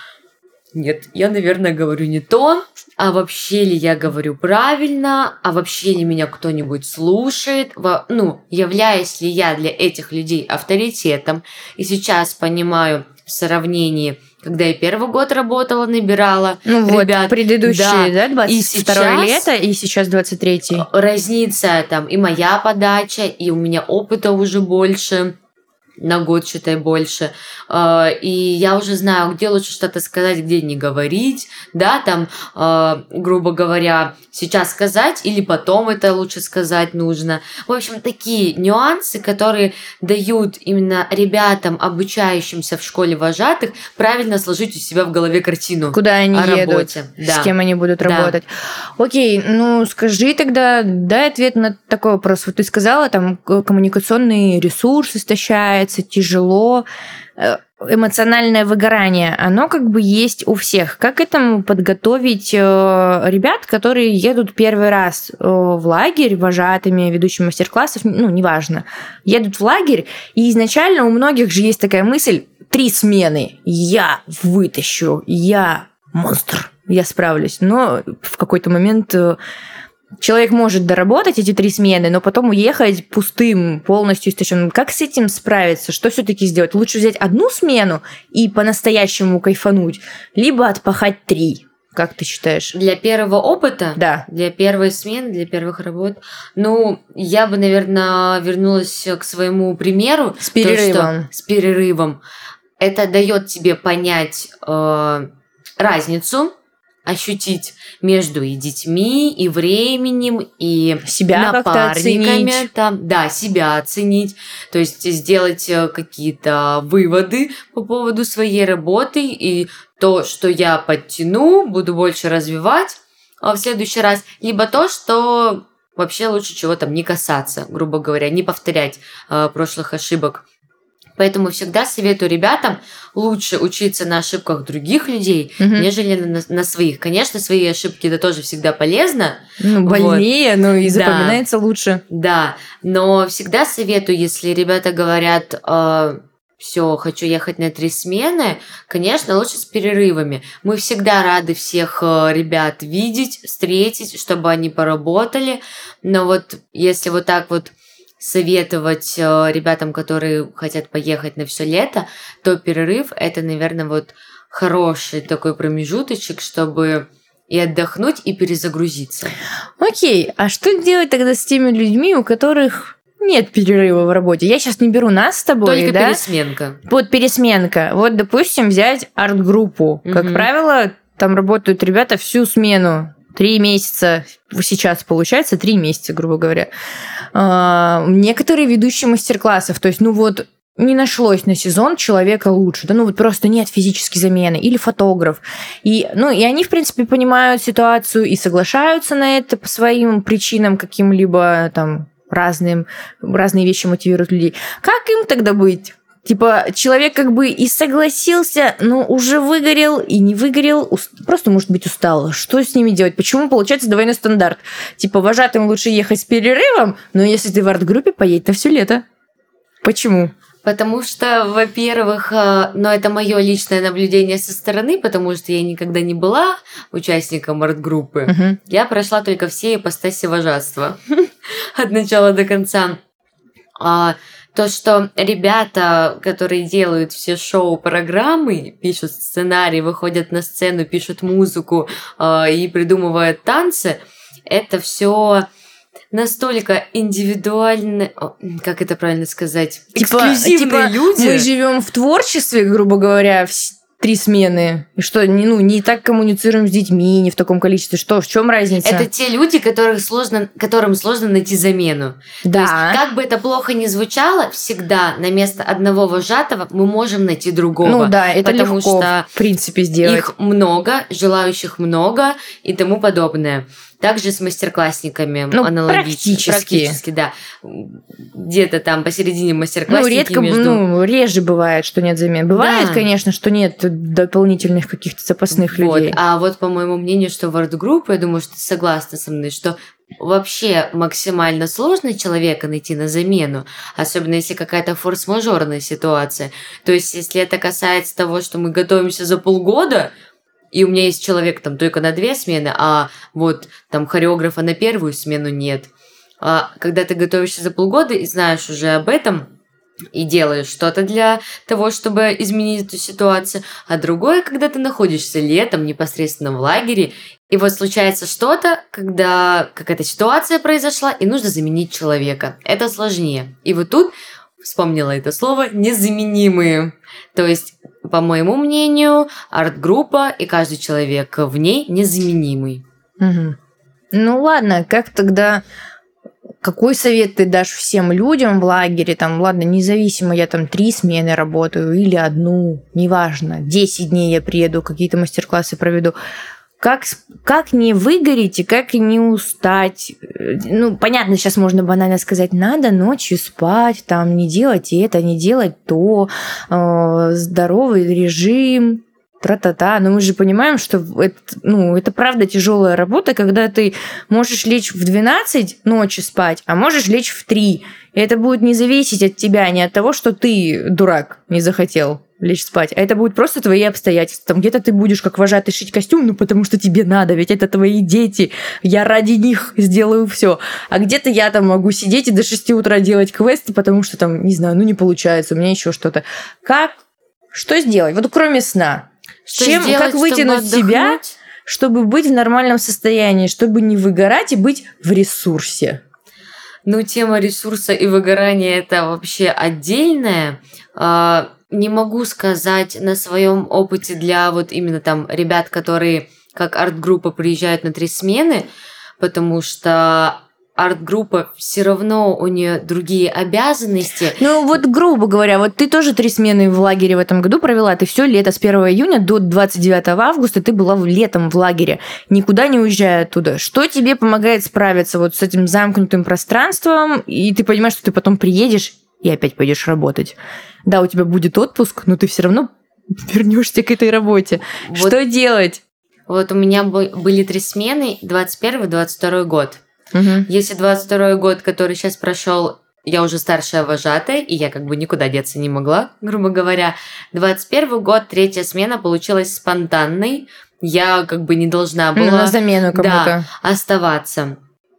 нет, я, наверное, говорю не то, а вообще ли я говорю правильно, а вообще ли меня кто-нибудь слушает, ну, являюсь ли я для этих людей авторитетом. И сейчас понимаю в сравнении, когда я первый год работала, набирала ну ребят. Вот, предыдущие, да, да двадцать второе лето, и сейчас двадцать третий. Разница там и моя подача, и у меня опыта уже больше, на год, считай, больше. И я уже знаю, где лучше что-то сказать, где не говорить, да, там, грубо говоря, сейчас сказать или потом это лучше сказать нужно. В общем, такие нюансы, которые дают именно ребятам, обучающимся в школе вожатых, правильно сложить у себя в голове картину. Куда они о едут, работе. с Да. кем они будут Да. работать. Окей, ну скажи тогда, дай ответ на такой вопрос. Вот ты сказала, там коммуникационный ресурс истощается, тяжело, эмоциональное выгорание, оно как бы есть у всех. Как к этому подготовить ребят, которые едут первый раз в лагерь вожатыми, ведущими мастер-классов, ну, неважно, едут в лагерь, и изначально у многих же есть такая мысль: три смены, я вытащу, я монстр, я справлюсь. Но в какой-то момент человек может доработать эти три смены, но потом уехать пустым, полностью истощенным. Как с этим справиться? Что все-таки сделать? Лучше взять одну смену и по-настоящему кайфануть, либо отпахать три. Как ты считаешь? Для первого опыта? Да. Для первой смены, для первых работ? Ну, я бы, наверное, вернулась к своему примеру. С перерывом. То, что с перерывом. Это дает тебе понять э, разницу. ощутить между и детьми, и временем, и себя напарниками. Там, да, себя оценить. То есть сделать какие-то выводы по поводу своей работы и то, что я подтяну, буду больше развивать в следующий раз, либо то, что вообще лучше чего там не касаться, грубо говоря, не повторять э, прошлых ошибок. Поэтому всегда советую ребятам лучше учиться на ошибках других людей, угу. нежели на, на своих. Конечно, свои ошибки это тоже всегда полезно. Ну, больнее, вот. но и запоминается да. лучше. Да, но всегда советую, если ребята говорят... Э, все, хочу ехать на три смены, конечно, лучше с перерывами. Мы всегда рады всех ребят видеть, встретить, чтобы они поработали. Но вот если вот так вот советовать ребятам, которые хотят поехать на все лето, то перерыв – это, наверное, вот хороший такой промежуточек, чтобы и отдохнуть, и перезагрузиться. Окей, а что делать тогда с теми людьми, у которых... нет перерыва в работе. Я сейчас не беру нас с тобой, Только да? пересменка. Вот пересменка. Вот, допустим, взять арт-группу. Как угу. правило, там работают ребята всю смену. Три месяца. Сейчас получается три месяца, грубо говоря. А, некоторые ведущие мастер-классов. То есть, ну вот, не нашлось на сезон человека лучше. Да ну вот просто нет физической замены. Или фотограф. И, ну, и они, в принципе, понимают ситуацию и соглашаются на это по своим причинам каким-либо там... Разным, разные вещи мотивируют людей. Как им тогда быть? Типа, человек как бы и согласился, но уже выгорел и не выгорел, просто, может быть, устал. Что с ними делать? Почему получается двойной стандарт? Типа, вожатым лучше ехать с перерывом, но если ты в арт-группе, поедь на все лето. Почему? Потому что, во-первых, ну, это мое личное наблюдение со стороны, потому что я никогда не была участником арт-группы. Uh-huh. Я прошла только все ипостаси вожатства от начала до конца. А, то, что ребята, которые делают все шоу-программы, пишут сценарий, выходят на сцену, пишут музыку а, и придумывают танцы, это все... настолько индивидуально, как это правильно сказать, типа, эксклюзивные типа люди. Мы живем в творчестве, грубо говоря, в три смены. И что, не, ну, не так коммуницируем с детьми, не в таком количестве. Что, в чем разница? Это те люди, которых сложно, которым сложно найти замену. Да. То есть, как бы это плохо ни звучало, всегда на место одного вожатого мы можем найти другого. Ну да, это потому легко, что в принципе, сделать. Их много, желающих много и тому подобное. Также с мастер-классниками ну, аналогично. Практически. Практически, да. Где-то там посередине мастер-классники. Ну, редко, между... ну, реже бывает, что нет замен. Бывает, да. конечно, что нет дополнительных каких-то запасных вот. людей. А вот, по моему мнению, что в арт-группе, я думаю, что ты согласна со мной, что вообще максимально сложно человека найти на замену, особенно если какая-то форс-мажорная ситуация. То есть, если это касается того, что мы готовимся за полгода, и у меня есть человек там только на две смены, а вот там хореографа на первую смену нет. А когда ты готовишься за полгода и знаешь уже об этом, и делаешь что-то для того, чтобы изменить эту ситуацию, а другое, когда ты находишься летом непосредственно в лагере, и вот случается что-то, когда какая-то ситуация произошла, и нужно заменить человека. Это сложнее. И вот тут вспомнила это слово «незаменимые». То есть, по моему мнению, арт-группа и каждый человек в ней незаменимый. Угу. Ну ладно, как тогда... Какой совет ты дашь всем людям в лагере? Там, ладно, независимо, я там три смены работаю или одну, неважно, десять дней я приеду, какие-то мастер-классы проведу. Как, как не выгореть и как не устать? Ну, понятно, сейчас можно банально сказать, надо ночью спать, там, не делать это, не делать то, э, здоровый режим, тра-та-та. Но мы же понимаем, что это, ну, это правда тяжелая работа, когда ты можешь лечь в двенадцать ночи спать, а можешь лечь в три. И это будет не зависеть от тебя, не от того, что ты, дурак, не захотел лечь спать, а это будут просто твои обстоятельства. Там где-то ты будешь как вожатый шить костюм, ну потому что тебе надо, ведь это твои дети, я ради них сделаю все. А где-то я там могу сидеть и до шести утра делать квесты, потому что там, не знаю, ну не получается, у меня еще что-то. Как? Что сделать? Вот кроме сна. Что Чем, сделать, как вытянуть чтобы себя, чтобы быть в нормальном состоянии, чтобы не выгорать и быть в ресурсе? Ну, тема ресурса и выгорания – это вообще отдельная. Не могу сказать на своем опыте для вот именно там ребят, которые как арт-группа приезжает на три смены, потому что арт-группа все равно у нее другие обязанности. Ну вот, грубо говоря, вот ты тоже три смены в лагере в этом году провела. Ты все лето с первого июня до двадцать девятого августа ты была летом в лагере, никуда не уезжая оттуда. Что тебе помогает справиться вот с этим замкнутым пространством, и ты понимаешь, что ты потом приедешь и опять пойдешь работать? Да, у тебя будет отпуск, но ты все равно вернешься к этой работе. Вот, что делать? Вот у меня были три смены, двадцать первый двадцать второй год. Угу. Если двадцать второй год, который сейчас прошел, я уже старшая вожатая, и я как бы никуда деться не могла, грубо говоря. двадцать первый год, третья смена получилась спонтанной. Я как бы не должна была, на замену кому-то, да, оставаться.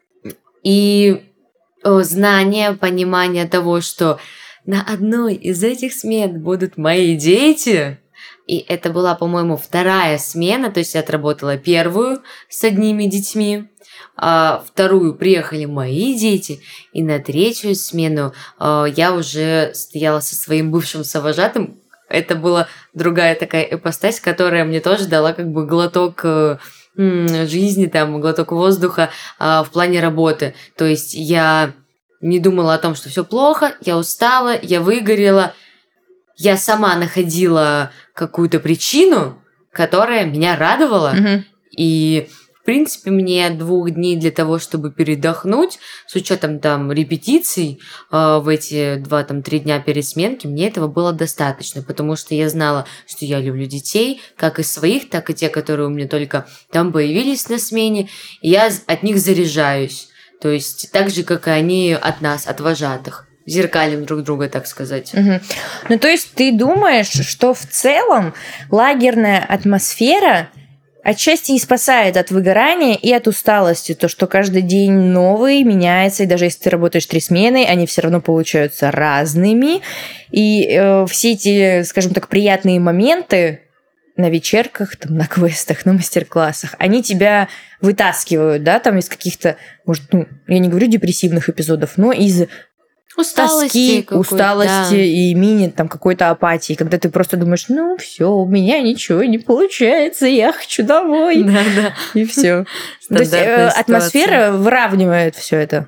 И о, знание, понимание того, что на одной из этих смен будут мои дети. И это была, по-моему, вторая смена, то есть я отработала первую с одними детьми, а вторую приехали мои дети, и на третью смену а, я уже стояла со своим бывшим совожатым. Это была другая такая ипостась, которая мне тоже дала как бы глоток э, жизни, там, глоток воздуха э, в плане работы. То есть я не думала о том, что все плохо, я устала, я выгорела. Я сама находила какую-то причину, которая меня радовала. Угу. И, в принципе, мне двух дней для того, чтобы передохнуть, с учетом там репетиций э, в эти два-три дня перед сменки, мне этого было достаточно, потому что я знала, что я люблю детей, как и своих, так и те, которые у меня только там появились на смене, и я от них заряжаюсь. То есть так же, как и они от нас, от вожатых. Зеркалим друг друга, так сказать. Угу. Ну, то есть ты думаешь, что в целом лагерная атмосфера отчасти и спасает от выгорания и от усталости. То, что каждый день новый, меняется, и даже если ты работаешь три смены, они все равно получаются разными. И э, все эти, скажем так, приятные моменты на вечерках, там, на квестах, на мастер-классах, они тебя вытаскивают, да, там из каких-то, может, ну, я не говорю депрессивных эпизодов, но из усталости, усталости да. и мини там какой-то апатии, когда ты просто думаешь, ну все, у меня ничего не получается, я хочу домой. Да, да. И все. То есть атмосфера выравнивает все это.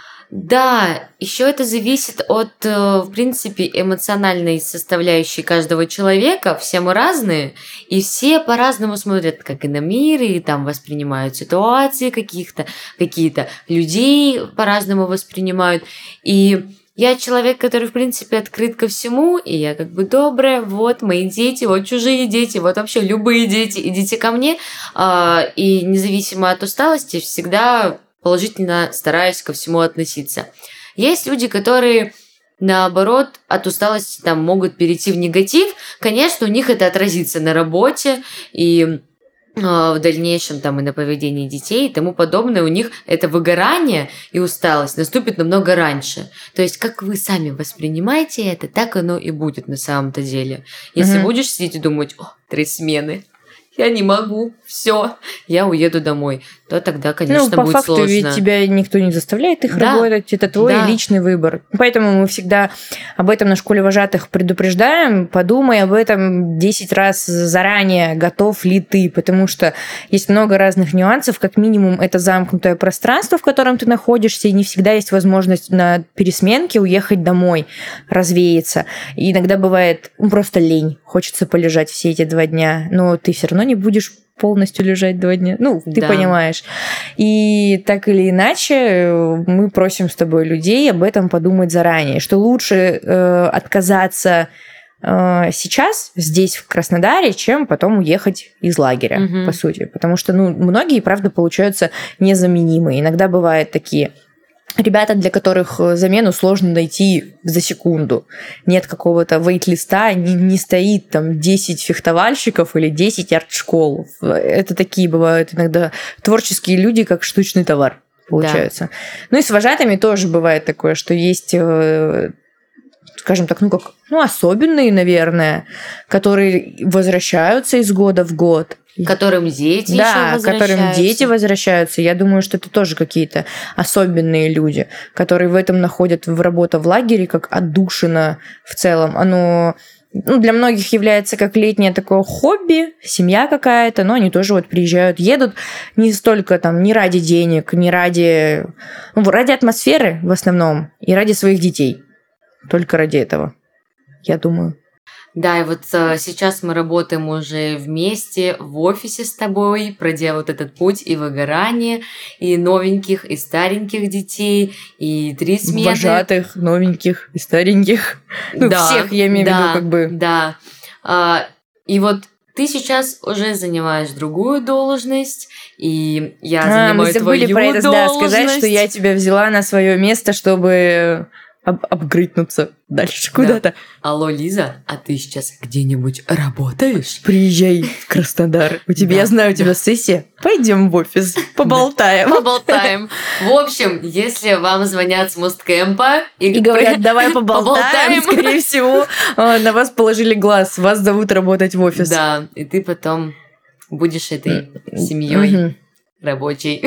Да, еще это зависит от, в принципе, эмоциональной составляющей каждого человека. Все мы разные, и все по-разному смотрят, как и на мир, и там воспринимают ситуации каких-то, какие-то людей по-разному воспринимают. И я человек, который, в принципе, открыт ко всему, и я как бы добрая, вот мои дети, вот чужие дети, вот вообще любые дети, идите ко мне. И независимо от усталости, всегда положительно стараюсь ко всему относиться. Есть люди, которые, наоборот, от усталости там могут перейти в негатив. Конечно, у них это отразится на работе и э, в дальнейшем там и на поведении детей и тому подобное. У них это выгорание и усталость наступит намного раньше. То есть, как вы сами воспринимаете это, так оно и будет на самом-то деле. Если угу. будешь сидеть и думать, о, три смены, я не могу, все, я уеду домой, то тогда, конечно, ну, по будет факту сложно. Ведь тебя никто не заставляет их да. работать, это твой да. личный выбор. Поэтому мы всегда об этом на школе вожатых предупреждаем. Подумай об этом десять раз заранее, готов ли ты, потому что есть много разных нюансов. Как минимум, это замкнутое пространство, в котором ты находишься, и не всегда есть возможность на пересменке уехать домой, развеяться. И иногда бывает ну, просто лень, хочется полежать все эти два дня, но ты все равно не будешь полностью лежать два дня. Ну, ты да. понимаешь. И так или иначе мы просим с тобой людей об этом подумать заранее, что лучше э, отказаться э, сейчас здесь, в Краснодаре, чем потом уехать из лагеря, угу. по сути. Потому что, ну, многие, правда, получаются незаменимые. Иногда бывают такие ребята, для которых замену сложно найти за секунду. Нет какого-то вейт-листа, не, не стоит там десять фехтовальщиков или десять арт-школ. Это такие бывают иногда творческие люди, как штучный товар, получаются. Да. Ну и с вожатыми тоже бывает такое, что есть, скажем так, ну как, ну особенные, наверное, которые возвращаются из года в год. Которым дети да, еще возвращаются. которым дети возвращаются. Я думаю, что это тоже какие-то особенные люди, которые в этом находят в работу в лагере как отдушина в целом. Оно ну, для многих является как летнее такое хобби, семья какая-то, но они тоже вот приезжают, едут не столько там, не ради денег, не ради... Ну, ради атмосферы в основном и ради своих детей. Только ради этого, я думаю. Да, и вот э, сейчас мы работаем уже вместе в офисе с тобой, проделав вот этот путь и выгорание, и новеньких, и стареньких детей, и три смены. Вожатых, новеньких и стареньких. Ну, да, всех, я имею в да, виду, как бы. Да, а, и вот ты сейчас уже занимаешь другую должность, и я а, занимаю мы забыли твою про это, должность. Да, сказать, что я тебя взяла на свое место, чтобы... Об- апгрейднуться дальше куда-то. Да. Алло, Лиза, а ты сейчас где-нибудь работаешь? Приезжай в Краснодар. У тебя, Да, я знаю, у тебя да. сессия. Пойдем в офис, поболтаем. Поболтаем. В общем, если вам звонят с Мосткэмпа и, И говорят, давай поболтаем, поболтаем. скорее всего, на вас положили глаз, вас зовут работать в офис. Да, и ты потом будешь этой семьей Мгм. рабочей.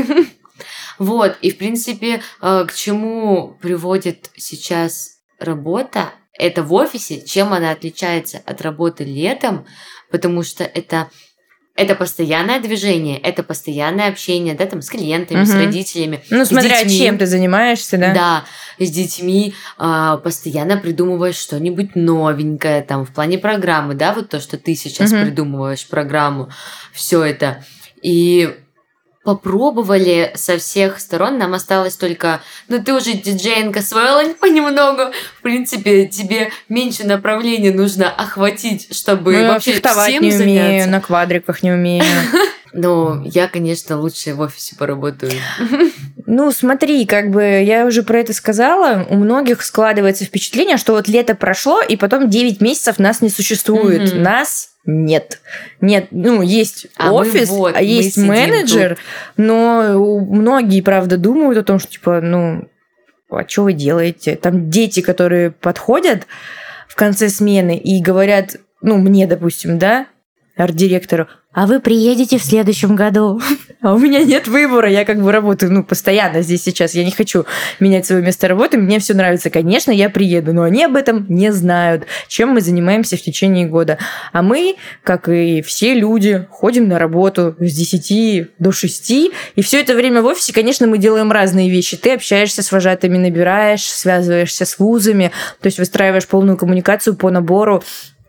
Вот, и в принципе, э, к чему приводит сейчас работа, это в офисе, чем она отличается от работы летом, потому что это, это постоянное движение, это постоянное общение, да, там, с клиентами, с Мгм. родителями, Ну, с смотря детьми. чем ты занимаешься, да? Да, с детьми а, постоянно придумываешь что-нибудь новенькое, там, в плане программы, да, вот то, что ты сейчас Мгм. придумываешь программу, все это. И попробовали со всех сторон, нам осталось только... Ну, ты уже диджеинг освоила понемногу. В принципе, тебе меньше направлений нужно охватить, чтобы Ну, я вообще фехтовать всем не умею, заняться. на квадриках не умею. Ну, я, конечно, лучше в офисе поработаю. Ну, смотри, как бы я уже про это сказала, у многих складывается впечатление, что вот лето прошло, и потом девять месяцев нас не существует. Мгм. Нас нет. Нет, ну, есть А мы офис, вот, а мы есть сидим менеджер, но у- многие, правда, думают о том, что, типа, ну, а что вы делаете? Там дети, которые подходят в конце смены и говорят, ну, мне, допустим, да, арт-директору, а вы приедете в следующем году. А у меня нет выбора, я как бы работаю, ну, постоянно здесь сейчас, я не хочу менять свое место работы, мне все нравится, конечно, я приеду, но они об этом не знают, чем мы занимаемся в течение года. А мы, как и все люди, ходим на работу с десяти до шести, и все это время в офисе, конечно, мы делаем разные вещи. Ты общаешься с вожатыми, набираешь, связываешься с вузами, то есть выстраиваешь полную коммуникацию по набору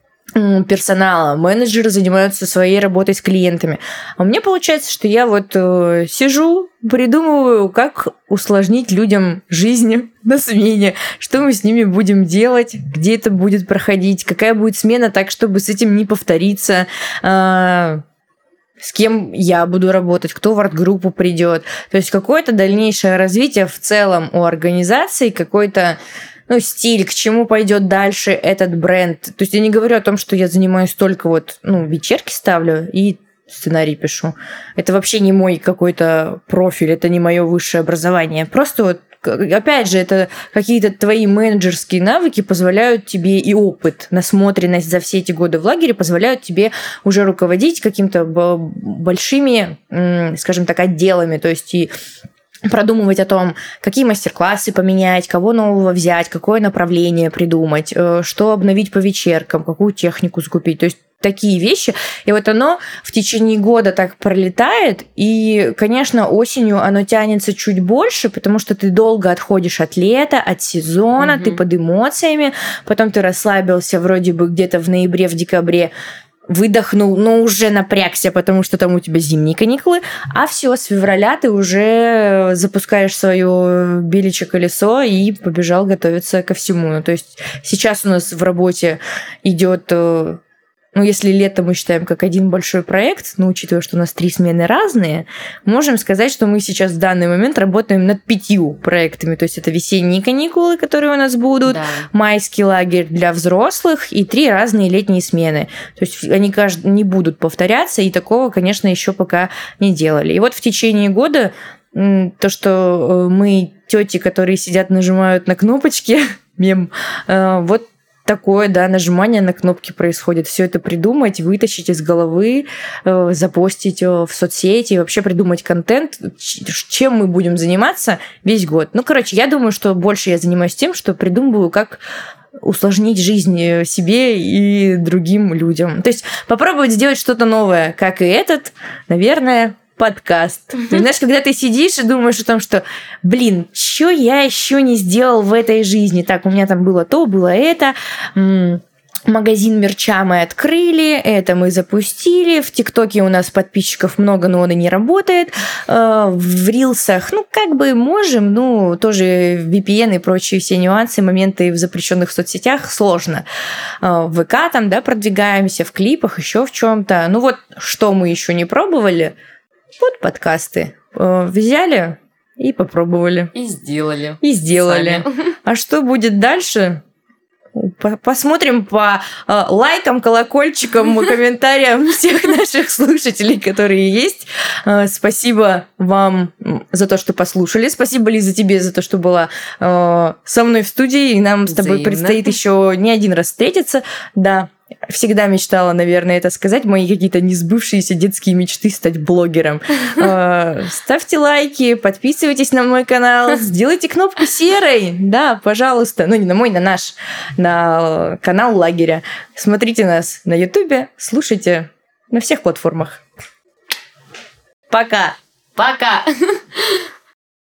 персонала, менеджеры занимаются своей работой с клиентами. А у меня получается, что я вот э, сижу, придумываю, как усложнить людям жизнь на смене, что мы с ними будем делать, где это будет проходить, какая будет смена, так, чтобы с этим не повториться, э, с кем я буду работать, кто в арт-группу придет. То есть какое-то дальнейшее развитие в целом у организации, какой-то ну, стиль, к чему пойдет дальше этот бренд. То есть я не говорю о том, что я занимаюсь только вот, ну, вечерки ставлю и сценарий пишу. Это вообще не мой какой-то профиль, это не мое высшее образование. Просто вот, опять же, это какие-то твои менеджерские навыки позволяют тебе и опыт, насмотренность за все эти годы в лагере позволяют тебе уже руководить какими-то большими, скажем так, отделами. То есть и продумывать о том, какие мастер-классы поменять, кого нового взять, какое направление придумать, что обновить по вечеркам, какую технику закупить. То есть такие вещи. И вот оно в течение года так пролетает. И, конечно, осенью оно тянется чуть больше, потому что ты долго отходишь от лета, от сезона, mm-hmm. ты под эмоциями. Потом ты расслабился вроде бы где-то в ноябре, в декабре, выдохнул, но уже напрягся, потому что там у тебя зимние каникулы, а все, с февраля ты уже запускаешь свое беличье колесо и побежал готовиться ко всему. Ну, то есть сейчас у нас в работе идет, ну, если лето мы считаем как один большой проект, но учитывая, что у нас три смены разные, можем сказать, что мы сейчас в данный момент работаем над пятью проектами. То есть это весенние каникулы, которые у нас будут, да. майский лагерь для взрослых и три разные летние смены. То есть они кажд... не будут повторяться, и такого, конечно, еще пока не делали. И вот в течение года то, что мы, тети, которые сидят, нажимают на кнопочки, мем, вот такое, да, нажимание на кнопки происходит. Все это придумать, вытащить из головы, э, запостить в соцсети, вообще придумать контент, чем мы будем заниматься весь год. Ну, короче, я думаю, что больше я занимаюсь тем, что придумываю, как усложнить жизнь себе и другим людям. То есть попробовать сделать что-то новое, как и этот, наверное, подкаст. Ты знаешь, когда ты сидишь и думаешь о том, что, блин, что я еще не сделал в этой жизни? Так, у меня там было то, было это. Магазин мерча мы открыли, это мы запустили. В ТикТоке у нас подписчиков много, но он и не работает. В Рилсах, ну, как бы можем, ну, тоже ви пи эн и прочие все нюансы, моменты в запрещенных соцсетях сложно. В ВК там, да, продвигаемся, в клипах, еще в чем-то. Ну, вот что мы еще не пробовали, вот подкасты. Взяли и попробовали. И сделали. И сделали. Сами. А что будет дальше? Посмотрим по э, лайкам, колокольчикам, комментариям всех наших слушателей, которые есть. Э, спасибо вам за то, что послушали. Спасибо, Лиза, тебе за то, что была э, со мной в студии. И нам с тобой Взаимно. Предстоит еще не один раз встретиться. Да. Всегда мечтала, наверное, это сказать. Мои какие-то несбывшиеся детские мечты стать блогером. Ставьте лайки, подписывайтесь на мой канал, сделайте кнопку серой. Да, пожалуйста. Ну, не на мой, на наш. На канал лагеря. Смотрите нас на Ютубе, слушайте на всех платформах. Пока! Пока!